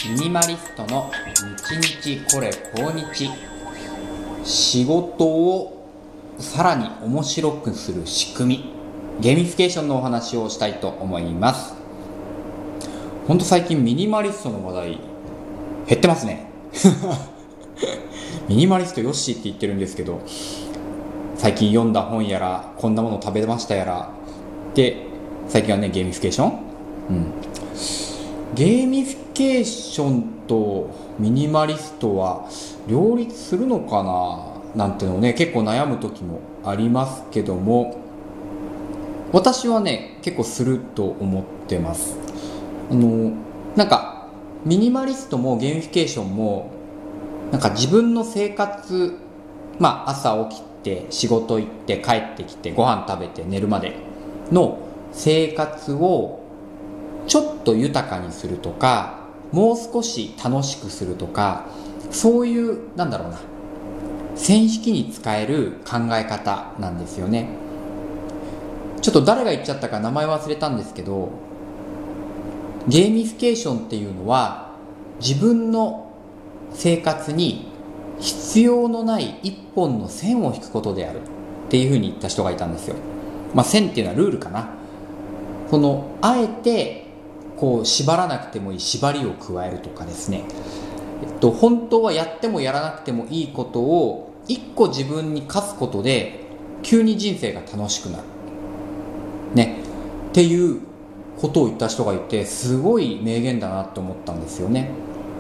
ミニマリストの日々これ今日。仕事をさらに面白くする仕組み、ゲーミフィケーションのお話をしたいと思います。ほんと最近ミニマリストの話題減ってますねミニマリストよしって言ってるんですけど、最近読んだ本やらこんなもの食べましたやらで、最近はねゲーミフィケーション、ゲーミフィケーションとミニマリストは両立するのかななんてのをね、結構悩む時もありますけども、私はね結構すると思ってます。なんかミニマリストもゲーミフィケーションもなんか自分の生活、朝起きて仕事行って帰ってきてご飯食べて寝るまでの生活をちょっと豊かにするとか、もう少し楽しくするとか、そういう線引きに使える考え方なんですよね。ちょっと誰が言っちゃったか名前忘れたんですけど、ゲーミフィケーションっていうのは自分の生活に必要のない一本の線を引くことであるっていうふうに言った人がいたんですよ。線っていうのはルールかな。あえて縛らなくてもいい縛りを加えるとかですね、本当はやってもやらなくてもいいことを一個自分に課すことで急に人生が楽しくなるねっていうことを言った人がいて、すごい名言だなと思ったんですよね。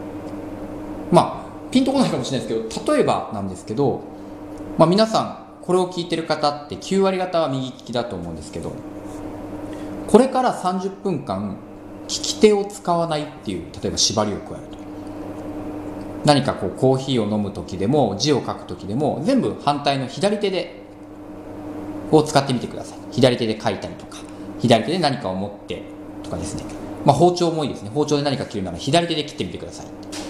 ピンとこないかもしれないですけど、例えばなんですけど、皆さんこれを聞いてる方って9割方は右利きだと思うんですけど、これから30分間利き手を使わないっていう、例えば縛りを加えると、何かコーヒーを飲む時でも字を書く時でも全部反対の左手で使ってみてください。左手で書いたりとか、左手で何かを持ってとかですね、包丁もいいですね。包丁で何か切るなら左手で切ってみてください。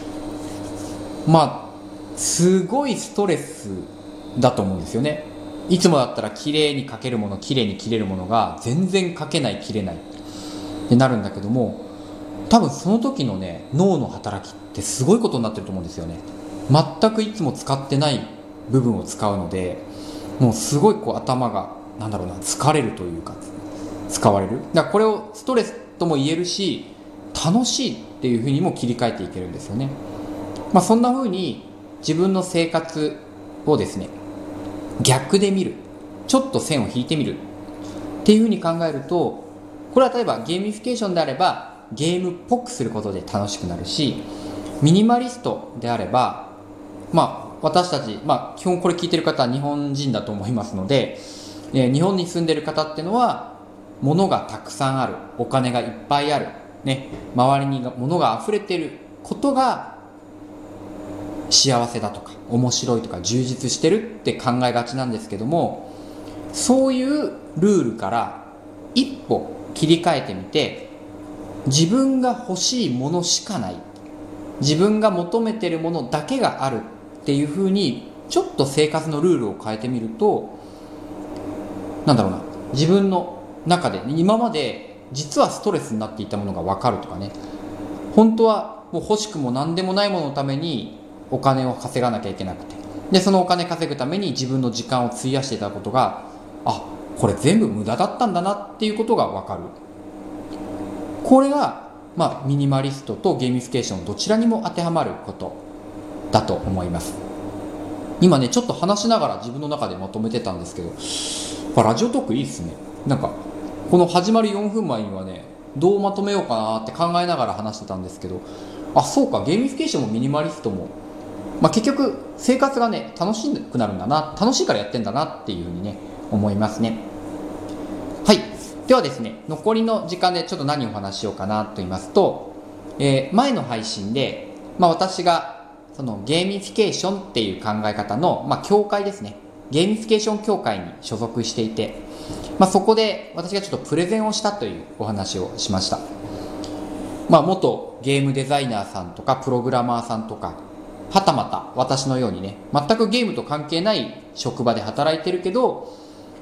すごいストレスだと思うんですよね。いつもだったら綺麗に書けるもの、綺麗に切れるものが全然書けない、切れないってなるんだけども、多分その時のね脳の働きってすごいことになってると思うんですよね。全くいつも使ってない部分を使うので、もうすごい頭が疲れるというか使われる。だからこれをストレスとも言えるし、楽しいっていうふうにも切り替えていけるんですよね。そんな風に自分の生活をですね逆で見る、ちょっと線を引いてみるっていう風に考えると、これは例えばゲーミフィケーションであればゲームっぽくすることで楽しくなるし、ミニマリストであれば私たち、基本これ聞いてる方は日本人だと思いますので、日本に住んでる方っていうのは物がたくさんある、お金がいっぱいある、周りに物が溢れてることが幸せだとか面白いとか充実してるって考えがちなんですけども、そういうルールから一歩切り替えてみて、自分が欲しいものしかない、自分が求めてるものだけがあるっていう風にちょっと生活のルールを変えてみると、自分の中で今まで実はストレスになっていたものが分かるとかね、本当はもう欲しくも何でもないもののためにお金を稼がなきゃいけなくて、でそのお金稼ぐために自分の時間を費やしていたことが、これ全部無駄だったんだなっていうことが分かる。これがミニマリストとゲーミフィケーションどちらにも当てはまることだと思います。今ねちょっと話しながら自分の中でまとめてたんですけど、ラジオトークいいですね。この始まる4分前にはね、どうまとめようかなって考えながら話してたんですけど、そうか、ゲーミフィケーションもミニマリストも、結局生活がね楽しくなるんだな、楽しいからやってんだなっていうふうにね思いますね。はい、ではですね、残りの時間でちょっと何をお話ししようかなと言いますと、前の配信で、私がそのゲーミフィケーションっていう考え方の、協会ですね、ゲーミフィケーション協会に所属していて、そこで私がちょっとプレゼンをしたというお話をしました。元ゲームデザイナーさんとかプログラマーさんとか、はたまた私のようにね全くゲームと関係ない職場で働いてるけど、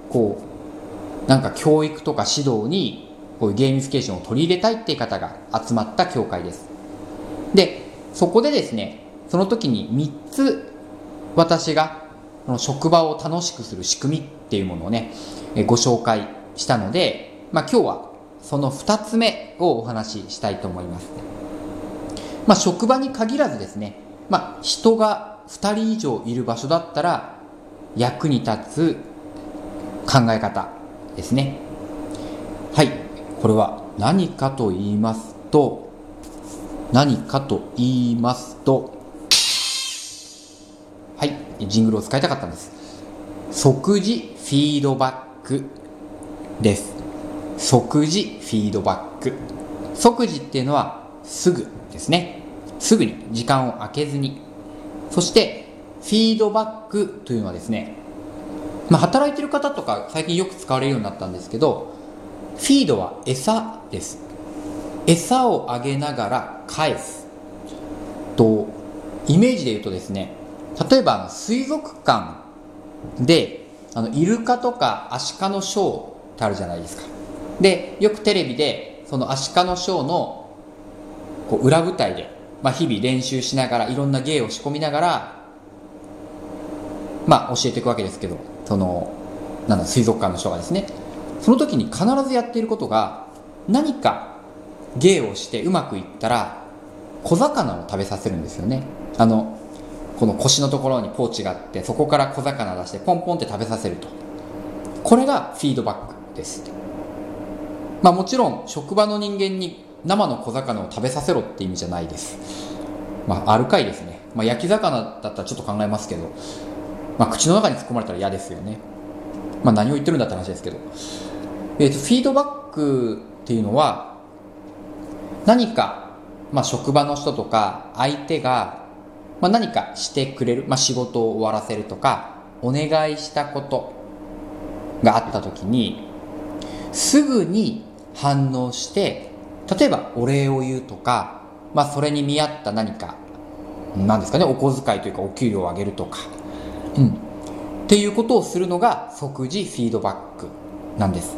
教育とか指導にこういうゲーミフィケーションを取り入れたいっていう方が集まった協会です。 で、そこでですね、その時に3つ私がこの職場を楽しくする仕組みっていうものをね、ご紹介したので、今日はその2つ目をお話ししたいと思います。職場に限らずですね、人が2人以上いる場所だったら役に立つ考え方ですね。はい、これは何かと言いますと、はい、ジングルを使いたかったんです。即時フィードバックです。即時フィードバック。即時っていうのはすぐですね。すぐに時間を空けずに。そしてフィードバックというのはですね、働いてる方とか最近よく使われるようになったんですけど、フィードは餌です。餌をあげながら返すと、イメージで言うとですね、例えば水族館でイルカとかアシカのショーってあるじゃないですか。で、よくテレビでそのアシカのショーの裏舞台で、日々練習しながらいろんな芸を仕込みながら教えていくわけですけど、水族館の人がですね、その時に必ずやっていることが、何か芸をしてうまくいったら小魚を食べさせるんですよね。この腰のところにポーチがあって、そこから小魚出してポンポンって食べさせると。これがフィードバックです。もちろん職場の人間に生の小魚を食べさせろって意味じゃないです。あるかいですね。焼き魚だったらちょっと考えますけど、口の中に突っ込まれたら嫌ですよね。何を言ってるんだって話ですけど、フィードバックっていうのは、何か、職場の人とか相手が、何かしてくれる、仕事を終わらせるとかお願いしたことがあった時にすぐに反応して、例えばお礼を言うとか、それに見合った何か何ですかね、お小遣いというかお給料を上げるとか、っていうことをするのが即時フィードバックなんです。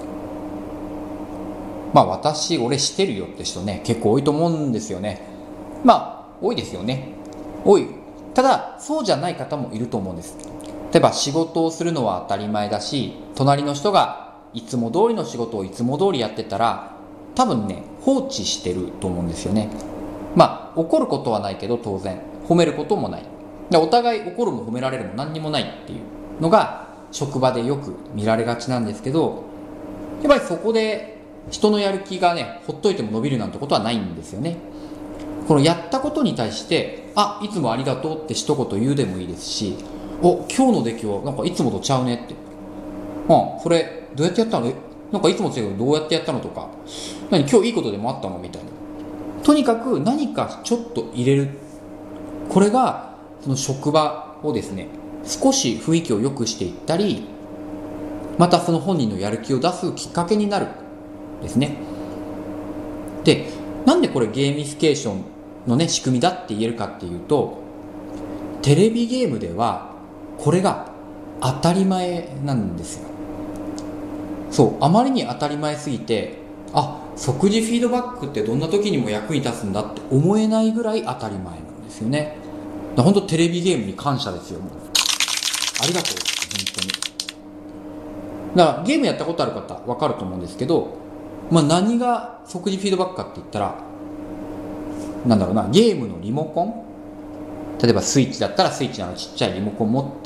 俺してるよって人ね、結構多いと思うんですよね。多いですよね。多い。ただそうじゃない方もいると思うんです。例えば仕事をするのは当たり前だし、隣の人がいつも通りの仕事をいつも通りやってたら、多分ね、放置してると思うんですよね。怒ることはないけど、当然褒めることもない。お互い怒るも褒められるも何にもないっていうのが職場でよく見られがちなんですけど、やっぱりそこで人のやる気がね、ほっといても伸びるなんてことはないんですよね。このやったことに対して、いつもありがとうって一言言うでもいいですし、今日の出来はなんかいつもとちゃうねって、それどうやってやったの、なんかいつもと違うけどどうやってやったのとか、今日いいことでもあったのみたいな、とにかく何かちょっと入れる。これがその職場をですね、少し雰囲気を良くしていったり、またその本人のやる気を出すきっかけになるですね。で、なんでこれゲーミフィケーションのね、仕組みだって言えるかっていうと、テレビゲームではこれが当たり前なんですよ。そう、あまりに当たり前すぎて、即時フィードバックってどんな時にも役に立つんだって思えないぐらい当たり前なんですよね。本当テレビゲームに感謝ですよ。もうありがとう、本当に。だからゲームやったことある方分かると思うんですけど、何が即時フィードバックかって言ったら、ゲームのリモコン、例えばスイッチだったらスイッチのちっちゃいリモコンを持って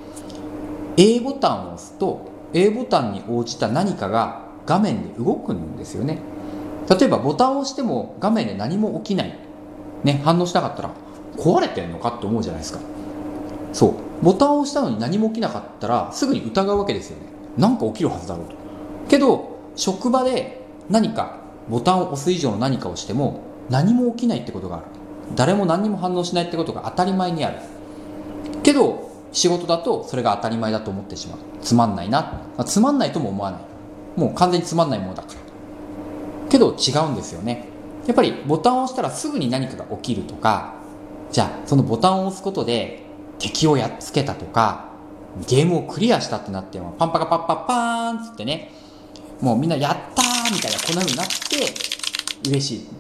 A ボタンを押すと A ボタンに応じた何かが画面で動くんですよね。例えばボタンを押しても画面で何も起きない、反応しなかったら壊れてんのかって思うじゃないですか。そう、ボタンを押したのに何も起きなかったらすぐに疑うわけですよね。なんか起きるはずだろうと。けど職場で何かボタンを押す以上の何かをしても何も起きないってことがある。誰も何にも反応しないってことが当たり前にある。けど仕事だとそれが当たり前だと思ってしまう。つまんないな、つまんないとも思わない。もう完全につまんないものだから。けど違うんですよね。やっぱりボタンを押したらすぐに何かが起きるとか、じゃあそのボタンを押すことで敵をやっつけたとか、ゲームをクリアしたってなってもパンパカパッパッパーンつってね、もうみんなやったーみたいな、こんな風になって嬉しい。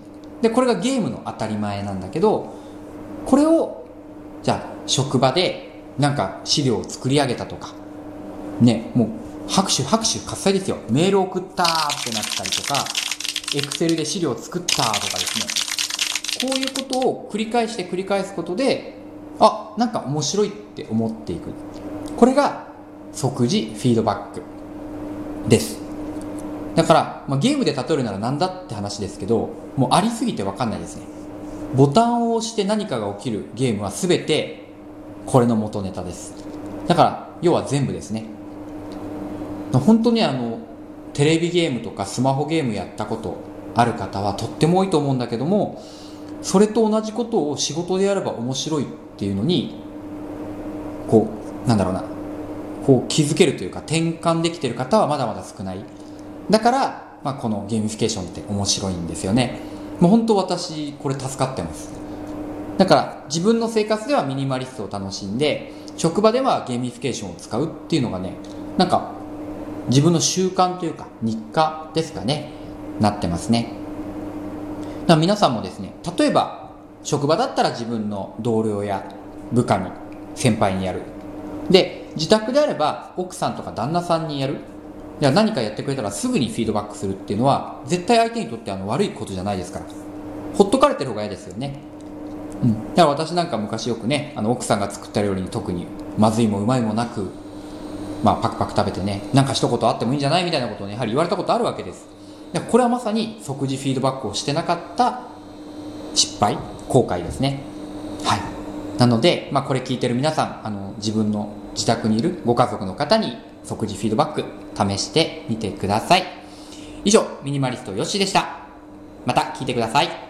でこれがゲームの当たり前なんだけど、これをじゃあ職場でなんか資料を作り上げたとかね、もう拍手喝采ですよ。メール送ったーってなったりとか、エクセルで資料を作ったーとかですね、こういうことを繰り返すことで、なんか面白いって思っていく。これが即時フィードバックです。だから、ゲームで例えるならなんだって話ですけど、もうありすぎて分かんないですね。ボタンを押して何かが起きるゲームは全てこれの元ネタです。だから要は全部ですね。本当にテレビゲームとかスマホゲームやったことある方はとっても多いと思うんだけども、それと同じことを仕事でやれば面白いっていうのにこう気づけるというか転換できている方はまだまだ少ない。だから、このゲーミフィケーションって面白いんですよね。もう本当私これ助かってます。だから自分の生活ではミニマリストを楽しんで、職場ではゲーミフィケーションを使うっていうのがね、なんか自分の習慣というか日課ですかね、なってますね。だから皆さんもですね、例えば職場だったら自分の同僚や部下に、先輩にやる。で、自宅であれば奥さんとか旦那さんにやる。じゃあ何かやってくれたらすぐにフィードバックするっていうのは絶対相手にとって悪いことじゃないですから、ほっとかれてる方が嫌ですよね。だから私なんか昔よくね、奥さんが作った料理に特にまずいもうまいもなく、パクパク食べてね、なんか一言あってもいいんじゃないみたいなことをね、やはり言われたことあるわけです。これはまさに即時フィードバックをしてなかった失敗、後悔ですね。はい。なので、これ聞いてる皆さん、自分の自宅にいるご家族の方に即時フィードバック試してみてください。以上、ミニマリストよしでした。また聞いてください。